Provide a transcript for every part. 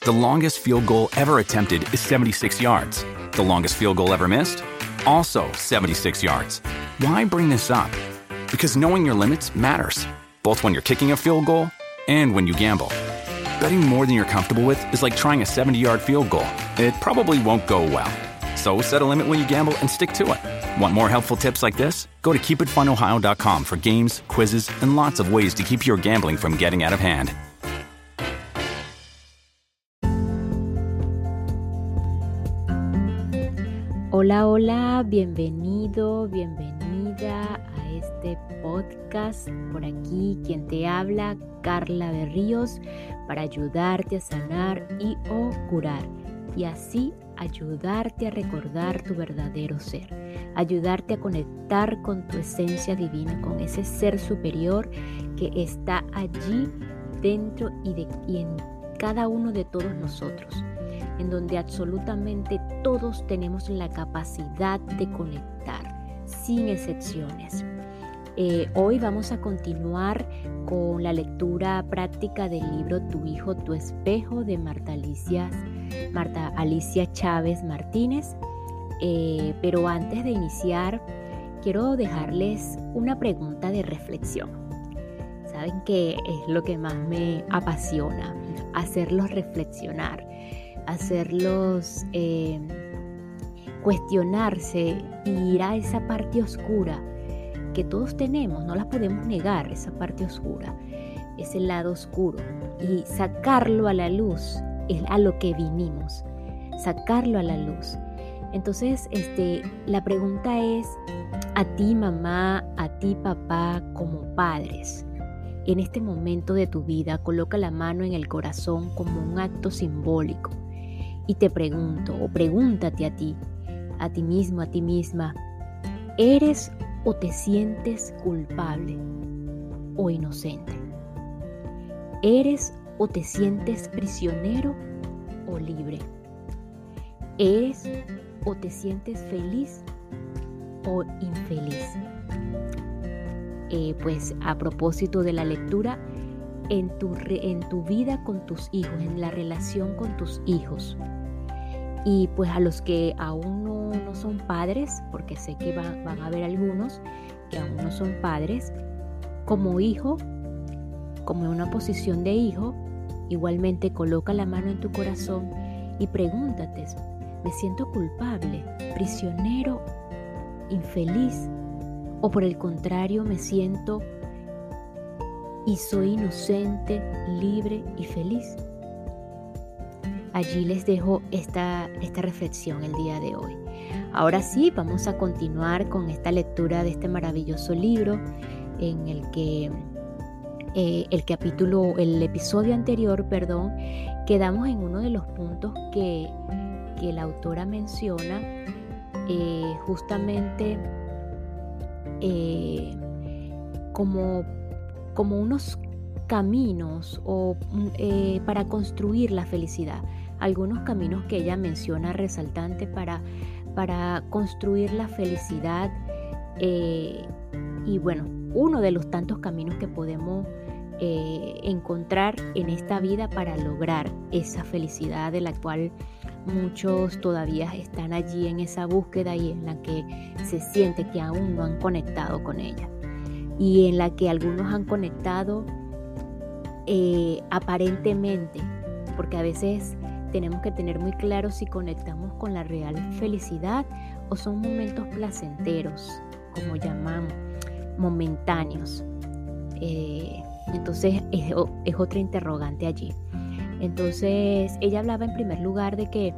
The longest field goal ever attempted is 76 yards. The longest field goal ever missed? Also 76 yards. Why bring this up? Because knowing your limits matters, both when you're kicking a field goal and when you gamble. Betting more than you're comfortable with is like trying a 70-yard field goal. It probably won't go well. So set a limit when you gamble and stick to it. Want more helpful tips like this? Go to keepitfunohio.com for games, quizzes, and lots of ways to keep your gambling from getting out of hand. Hola, hola, bienvenido, bienvenida a este podcast. Por aquí quien te habla, Carla Berríos, para ayudarte a sanar y o curar. Y así ayudarte a recordar tu verdadero ser, ayudarte a conectar con tu esencia divina, con ese ser superior que está allí dentro y en cada uno de todos nosotros, en donde absolutamente todos tenemos la capacidad de conectar, sin excepciones. Hoy vamos a continuar con la lectura práctica del libro Tu hijo, tu espejo de Marta Alicia Chávez Martínez. Pero antes de iniciar, quiero dejarles una pregunta de reflexión. Saben que es lo que más me apasiona, hacerlos reflexionar, hacerlos cuestionarse y ir a esa parte oscura que todos tenemos, no la podemos negar, esa parte oscura, ese lado oscuro, y sacarlo a la luz, es a lo que vinimos, sacarlo a la luz. Entonces, la pregunta es a ti mamá, a ti papá, como padres, en este momento de tu vida, coloca la mano en el corazón como un acto simbólico y te pregunto, o pregúntate a ti mismo, a ti misma, ¿eres o te sientes culpable o inocente? ¿Eres o te sientes prisionero o libre? ¿Eres o te sientes feliz o infeliz? Pues a propósito de la lectura, en tu vida con tus hijos, en la relación con tus hijos, y pues a los que aún no son padres, porque sé que van a haber algunos que aún no son padres, como hijo, como en una posición de hijo, igualmente coloca la mano en tu corazón y pregúntate, ¿me siento culpable, prisionero, infeliz? ¿O por el contrario me siento y soy inocente, libre y feliz? Allí les dejo esta reflexión el día de hoy. Ahora sí, vamos a continuar con esta lectura de este maravilloso libro en el que el episodio anterior, quedamos en uno de los puntos que la autora menciona, justamente como unos caminos para construir la felicidad, algunos caminos que ella menciona resaltante para construir la felicidad, y bueno, uno de los tantos caminos que podemos encontrar en esta vida para lograr esa felicidad de la cual muchos todavía están allí en esa búsqueda y en la que se siente que aún no han conectado con ella, y en la que algunos han conectado aparentemente, porque a veces tenemos que tener muy claro si conectamos con la real felicidad o son momentos placenteros, como llamamos, momentáneos. Entonces es otra interrogante allí. Entonces ella hablaba en primer lugar de que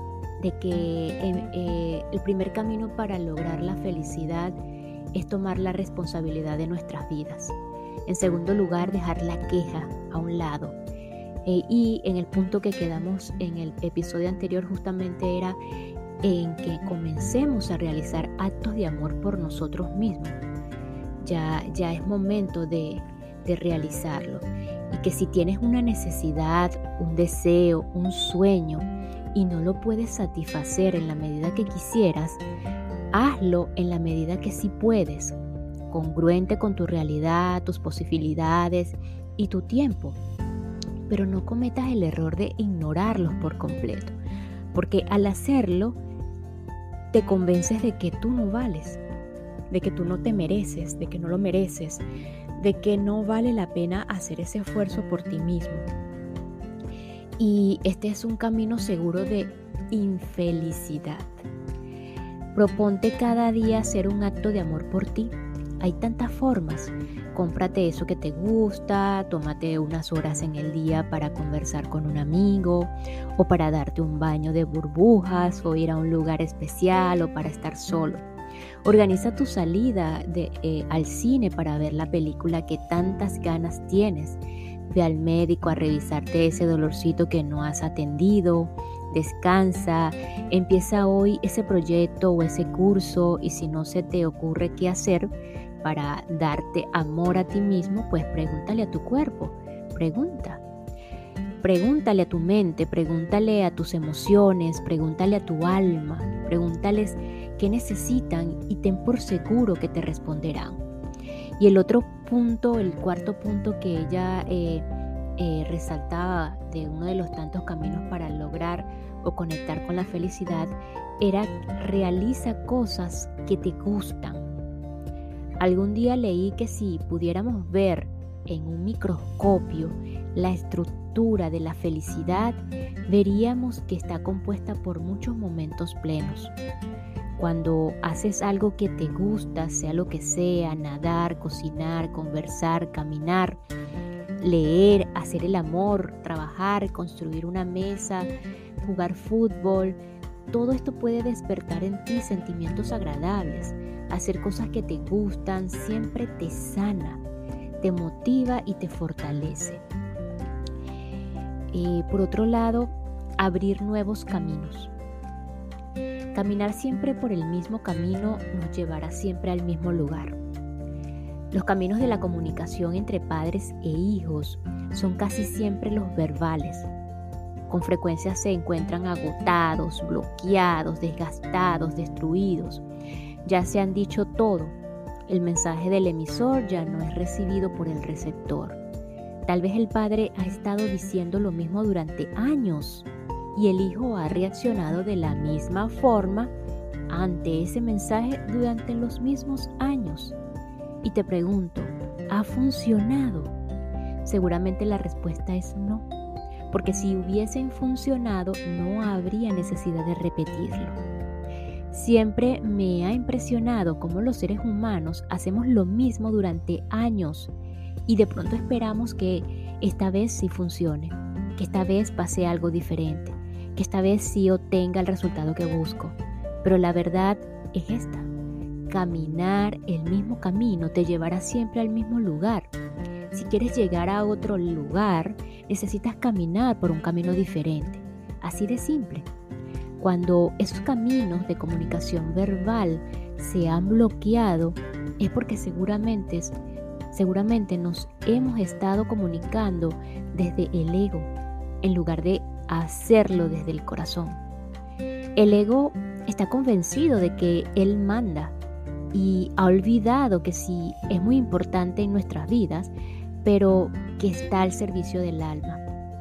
el primer camino para lograr la felicidad es tomar la responsabilidad de nuestras vidas. En segundo lugar, dejar la queja a un lado. Y en el punto que quedamos en el episodio anterior justamente era en que comencemos a realizar actos de amor por nosotros mismos. Ya es momento de realizarlo. Y que si tienes una necesidad, un deseo, un sueño y no lo puedes satisfacer en la medida que quisieras, hazlo en la medida que sí puedes, congruente con tu realidad, tus posibilidades y tu tiempo. pero no cometas el error de ignorarlos por completo, porque al hacerlo te convences de que tú no vales, de que tú no te mereces, de que no lo mereces, de que no vale la pena hacer ese esfuerzo por ti mismo. Y este es un camino seguro de infelicidad. Proponte cada día hacer un acto de amor por ti. Hay tantas formas. Cómprate eso que te gusta, tómate unas horas en el día para conversar con un amigo, o para darte un baño de burbujas, o ir a un lugar especial, o para estar solo. Organiza tu salida al cine para ver la película que tantas ganas tienes. Ve al médico a revisarte ese dolorcito que no has atendido. Descansa, empieza hoy ese proyecto o ese curso, y si no se te ocurre qué hacer para darte amor a ti mismo, pues pregúntale a tu cuerpo, pregúntale a tu mente, pregúntale a tus emociones, pregúntale a tu alma, pregúntales qué necesitan y ten por seguro que te responderán. Y el otro punto, el cuarto punto que ella resaltaba de uno de los tantos caminos para lograr o conectar con la felicidad, era: realiza cosas que te gustan. Algún día leí que si pudiéramos ver en un microscopio la estructura de la felicidad, veríamos que está compuesta por muchos momentos plenos. Cuando haces algo que te gusta, sea lo que sea, nadar, cocinar, conversar, caminar, leer, hacer el amor, trabajar, construir una mesa, jugar fútbol, todo esto puede despertar en ti sentimientos agradables. Hacer cosas que te gustan siempre te sana, te motiva y te fortalece. Por otro lado, abrir nuevos caminos. Caminar siempre por el mismo camino nos llevará siempre al mismo lugar. Los caminos de la comunicación entre padres e hijos son casi siempre los verbales. Con frecuencia se encuentran agotados, bloqueados, desgastados, destruidos. Ya se han dicho todo. El mensaje del emisor ya no es recibido por el receptor. Tal vez el padre ha estado diciendo lo mismo durante años y el hijo ha reaccionado de la misma forma ante ese mensaje durante los mismos años. Y te pregunto, ¿ha funcionado? Seguramente la respuesta es no, porque si hubiesen funcionado no habría necesidad de repetirlo. Siempre me ha impresionado cómo los seres humanos hacemos lo mismo durante años y de pronto esperamos que esta vez sí funcione, que esta vez pase algo diferente, que esta vez sí obtenga el resultado que busco. Pero la verdad es esta: caminar el mismo camino te llevará siempre al mismo lugar. Si quieres llegar a otro lugar, necesitas caminar por un camino diferente. Así de simple. Cuando esos caminos de comunicación verbal se han bloqueado, es porque seguramente nos hemos estado comunicando desde el ego, en lugar de hacerlo desde el corazón. El ego está convencido de que él manda y ha olvidado que sí es muy importante en nuestras vidas, pero que está al servicio del alma.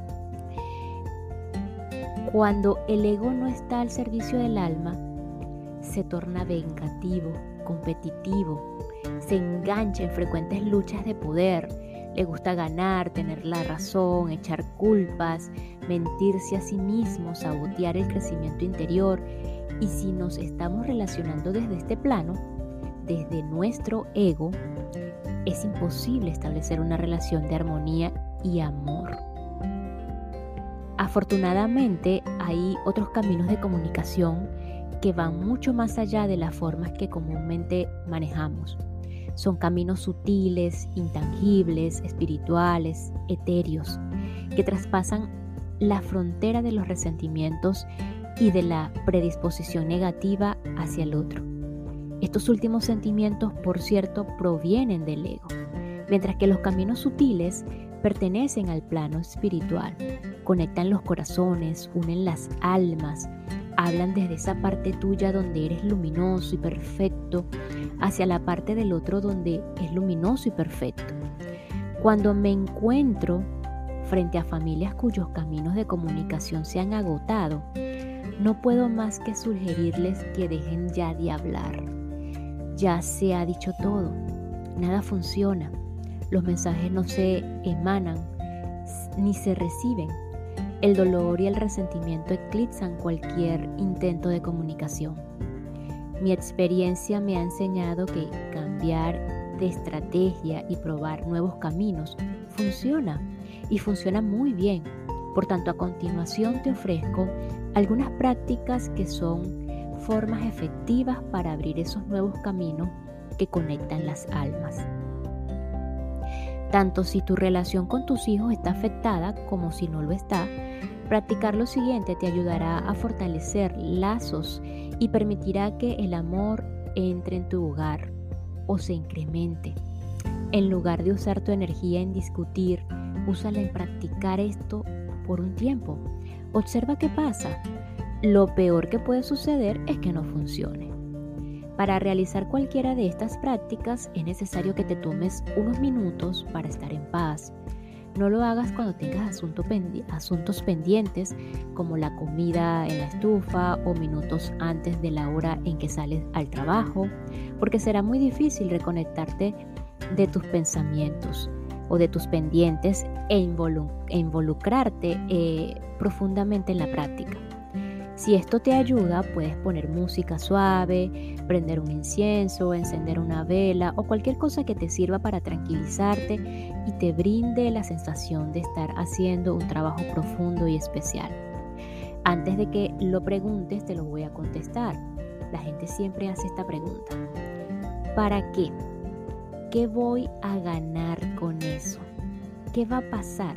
Cuando el ego no está al servicio del alma, se torna vengativo, competitivo, se engancha en frecuentes luchas de poder, le gusta ganar, tener la razón, echar culpas, mentirse a sí mismo, sabotear el crecimiento interior. Y si nos estamos relacionando desde este plano, desde nuestro ego, es imposible establecer una relación de armonía y amor. Afortunadamente, hay otros caminos de comunicación que van mucho más allá de las formas que comúnmente manejamos. Son caminos sutiles, intangibles, espirituales, etéreos, que traspasan la frontera de los resentimientos y de la predisposición negativa hacia el otro. Estos últimos sentimientos, por cierto, provienen del ego, mientras que los caminos sutiles pertenecen al plano espiritual, conectan los corazones, unen las almas, hablan desde esa parte tuya donde eres luminoso y perfecto hacia la parte del otro donde es luminoso y perfecto. Cuando me encuentro frente a familias cuyos caminos de comunicación se han agotado, no puedo más que sugerirles que dejen ya de hablar. Ya se ha dicho todo, nada funciona, los mensajes no se emanan ni se reciben. El dolor y el resentimiento eclipsan cualquier intento de comunicación. Mi experiencia me ha enseñado que cambiar de estrategia y probar nuevos caminos funciona y funciona muy bien. Por tanto, a continuación te ofrezco algunas prácticas que son formas efectivas para abrir esos nuevos caminos que conectan las almas. Tanto si tu relación con tus hijos está afectada como si no lo está, practicar lo siguiente te ayudará a fortalecer lazos y permitirá que el amor entre en tu hogar o se incremente. En lugar de usar tu energía en discutir, úsala en practicar esto por un tiempo. Observa qué pasa. Lo peor que puede suceder es que no funcione. Para realizar cualquiera de estas prácticas es necesario que te tomes unos minutos para estar en paz. No lo hagas cuando tengas asuntos pendientes como la comida en la estufa o minutos antes de la hora en que sales al trabajo, porque será muy difícil reconectarte de tus pensamientos o de tus pendientes e involucrarte profundamente en la práctica. Si esto te ayuda, puedes poner música suave, prender un incienso, encender una vela o cualquier cosa que te sirva para tranquilizarte y te brinde la sensación de estar haciendo un trabajo profundo y especial. Antes de que lo preguntes, te lo voy a contestar. La gente siempre hace esta pregunta. ¿Para qué? ¿Qué voy a ganar con eso? ¿Qué va a pasar?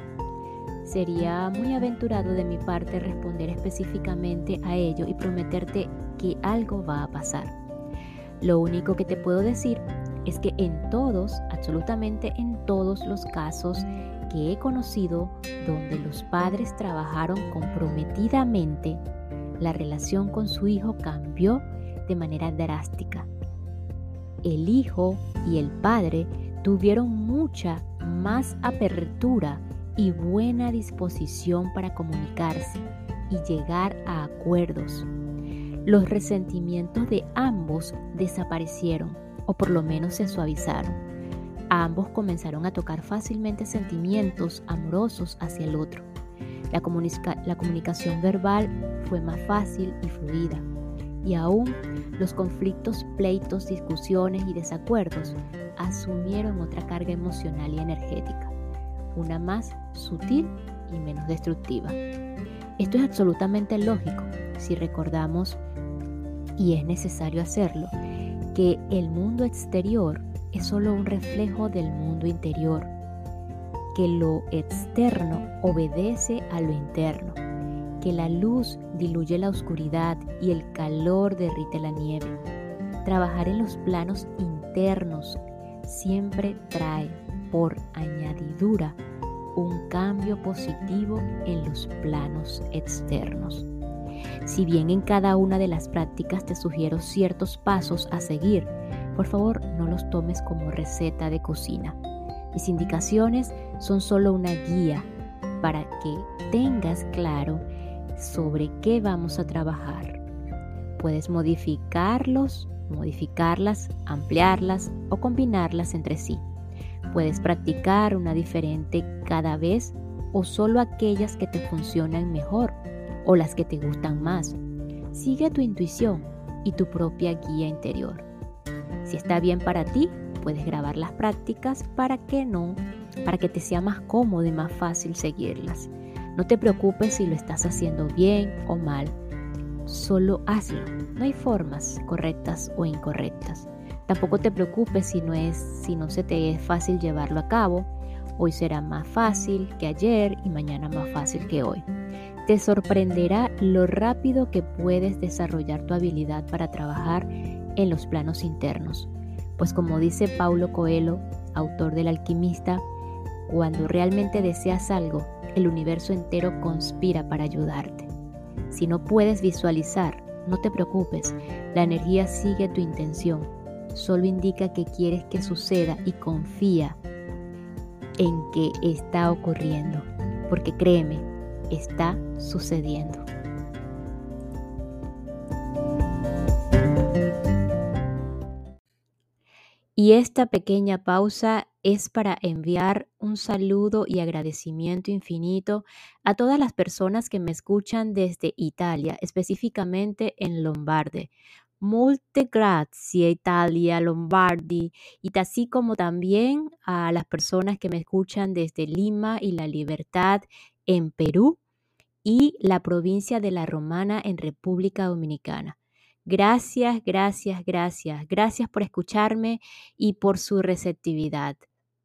Sería muy aventurado de mi parte responder específicamente a ello y prometerte que algo va a pasar. Lo único que te puedo decir es que absolutamente en todos los casos que he conocido donde los padres trabajaron comprometidamente, la relación con su hijo cambió de manera drástica. El hijo y el padre tuvieron mucha más apertura y buena disposición para comunicarse y llegar a acuerdos. Los resentimientos de ambos desaparecieron, o por lo menos se suavizaron. Ambos comenzaron a tocar fácilmente sentimientos amorosos hacia el otro. La comunicación verbal fue más fácil y fluida, y aún los conflictos, pleitos, discusiones y desacuerdos asumieron otra carga emocional y energética, una más sutil y menos destructiva. Esto es absolutamente lógico si recordamos, y es necesario hacerlo, que el mundo exterior es solo un reflejo del mundo interior, que lo externo obedece a lo interno, que la luz diluye la oscuridad y el calor derrite la nieve. Trabajar en los planos internos siempre trae, por añadidura, un cambio positivo en los planos externos. Si bien en cada una de las prácticas te sugiero ciertos pasos a seguir, por favor no los tomes como receta de cocina. Mis indicaciones son solo una guía para que tengas claro sobre qué vamos a trabajar. Puedes modificarlas, ampliarlas o combinarlas entre sí. Puedes practicar una diferente cada vez o solo aquellas que te funcionan mejor o las que te gustan más. Sigue tu intuición y tu propia guía interior. Si está bien para ti, puedes grabar las prácticas para que te sea más cómodo y más fácil seguirlas. No te preocupes si lo estás haciendo bien o mal. Solo hazlo. No hay formas correctas o incorrectas. Tampoco te preocupes si no se te es fácil llevarlo a cabo. Hoy será más fácil que ayer y mañana más fácil que hoy. Te sorprenderá lo rápido que puedes desarrollar tu habilidad para trabajar en los planos internos. Pues como dice Paulo Coelho, autor del Alquimista, cuando realmente deseas algo, el universo entero conspira para ayudarte. Si no puedes visualizar, no te preocupes, la energía sigue tu intención. Solo indica que quieres que suceda y confía en que está ocurriendo, porque créeme, está sucediendo. Y esta pequeña pausa es para enviar un saludo y agradecimiento infinito a todas las personas que me escuchan desde Italia, específicamente en Lombarde. Molte grazie Italia, Lombardi, y así como también a las personas que me escuchan desde Lima y La Libertad en Perú y la provincia de La Romana en República Dominicana. Gracias, gracias, gracias. Gracias por escucharme y por su receptividad.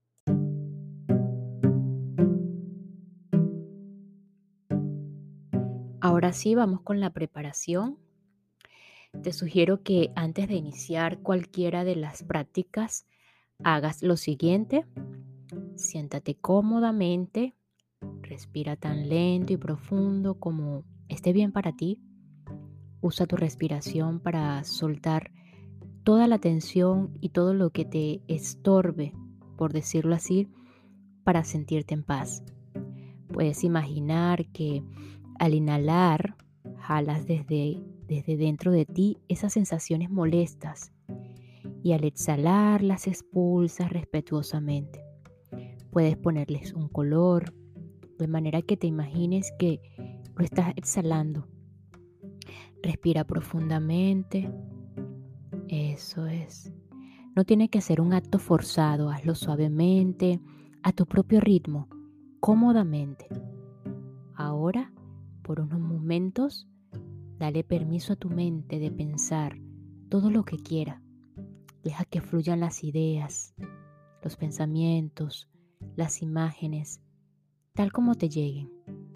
Ahora sí, vamos con la preparación. Te sugiero que antes de iniciar cualquiera de las prácticas, hagas lo siguiente. Siéntate cómodamente, respira tan lento y profundo como esté bien para ti. Usa tu respiración para soltar toda la tensión y todo lo que te estorbe, por decirlo así, para sentirte en paz. Puedes imaginar que al inhalar, jalas desde dentro de ti esas sensaciones molestas y al exhalar las expulsas respetuosamente. Puedes ponerles un color, de manera que te imagines que lo estás exhalando. Respira profundamente. Eso es. No tiene que ser un acto forzado, hazlo suavemente, a tu propio ritmo, cómodamente. Ahora, por unos momentos, dale permiso a tu mente de pensar todo lo que quiera. Deja que fluyan las ideas, los pensamientos, las imágenes, tal como te lleguen,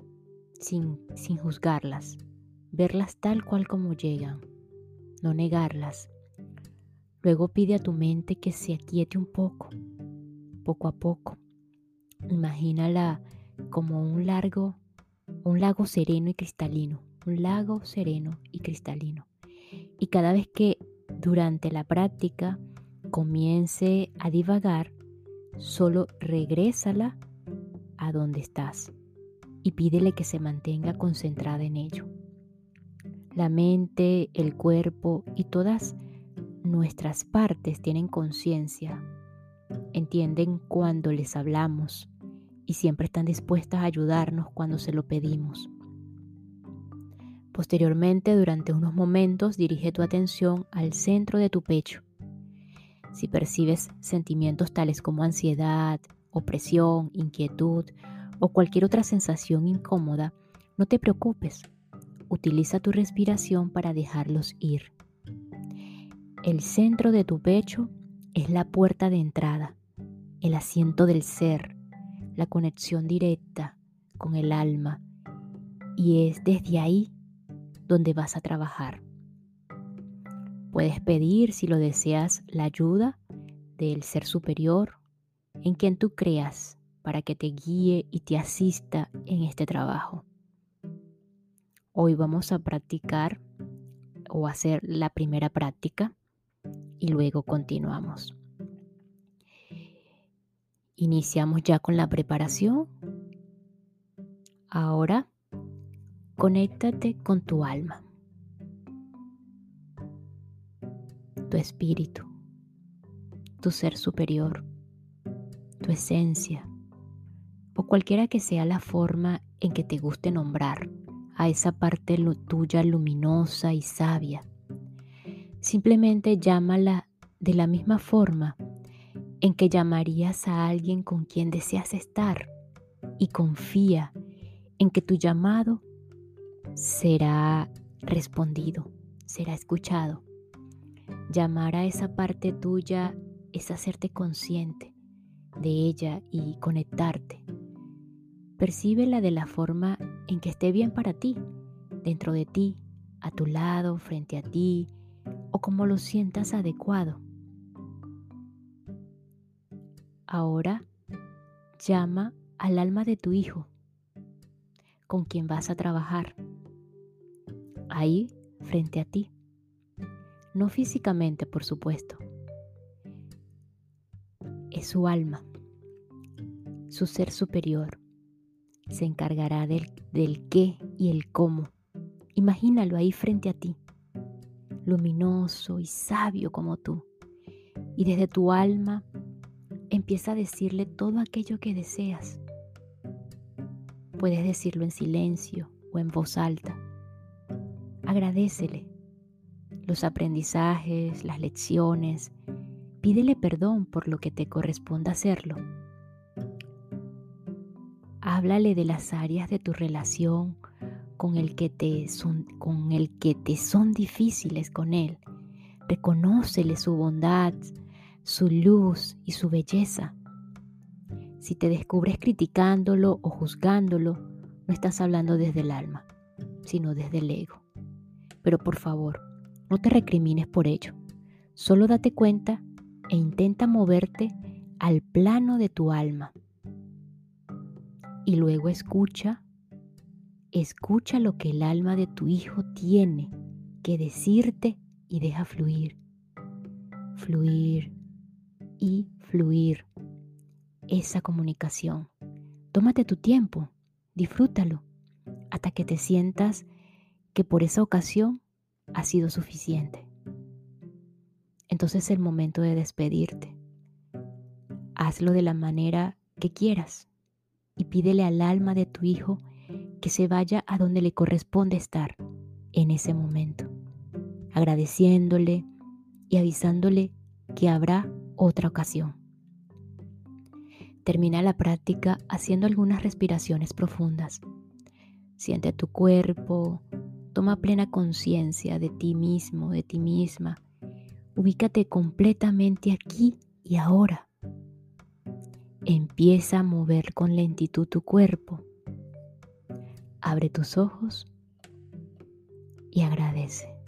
sin juzgarlas, verlas tal cual como llegan, no negarlas. Luego pide a tu mente que se aquiete un poco a poco. Imagínala como un lago sereno y cristalino, un lago sereno y cristalino. Y cada vez que durante la práctica comience a divagar, solo regrésala a donde estás y pídele que se mantenga concentrada en ello. La mente, el cuerpo y todas nuestras partes tienen conciencia, entienden cuando les hablamos y siempre están dispuestas a ayudarnos cuando se lo pedimos. Posteriormente, durante unos momentos, dirige tu atención al centro de tu pecho. Si percibes sentimientos tales como ansiedad, opresión, inquietud o cualquier otra sensación incómoda, no te preocupes. Utiliza tu respiración para dejarlos ir. El centro de tu pecho es la puerta de entrada, el asiento del ser, la conexión directa con el alma, y es desde ahí donde vas a trabajar. Puedes pedir, si lo deseas, la ayuda del ser superior en quien tú creas para que te guíe y te asista en este trabajo. Hoy vamos a practicar o hacer la primera práctica y luego continuamos. Iniciamos ya con la preparación. Ahora, conéctate con tu alma, tu espíritu, tu ser superior, tu esencia, o cualquiera que sea la forma en que te guste nombrar a esa parte tuya luminosa y sabia. Simplemente llámala de la misma forma en que llamarías a alguien con quien deseas estar y confía en que tu llamado será respondido, será escuchado. Llamar a esa parte tuya es hacerte consciente de ella y conectarte. Percíbela de la forma en que esté bien para ti, dentro de ti, a tu lado, frente a ti, o como lo sientas adecuado. Ahora llama al alma de tu hijo, con quien vas a trabajar, ahí frente a ti. No físicamente, por supuesto. Es su alma, Su ser superior se encargará del qué y el cómo. Imagínalo ahí frente a ti, luminoso y sabio como tú. Y desde tu alma empieza a decirle todo aquello que deseas. Puedes decirlo en silencio o en voz alta. Agradécele los aprendizajes, las lecciones. Pídele perdón por lo que te corresponda hacerlo. Háblale de las áreas de tu relación con el que te son difíciles con él. Reconócele su bondad, su luz y su belleza. Si te descubres criticándolo o juzgándolo, no estás hablando desde el alma, sino desde el ego. Pero por favor, no te recrimines por ello. Solo date cuenta e intenta moverte al plano de tu alma. Y luego escucha lo que el alma de tu hijo tiene que decirte y deja fluir. Fluir y fluir esa comunicación. Tómate tu tiempo, disfrútalo, hasta que te sientas que por esa ocasión ha sido suficiente. Entonces es el momento de despedirte. Hazlo de la manera que quieras y pídele al alma de tu hijo que se vaya a donde le corresponde estar en ese momento, agradeciéndole y avisándole que habrá otra ocasión. Termina la práctica haciendo algunas respiraciones profundas. Siente tu cuerpo, toma plena conciencia de ti mismo, de ti misma. Ubícate completamente aquí y ahora. Empieza a mover con lentitud tu cuerpo. Abre tus ojos y agradece.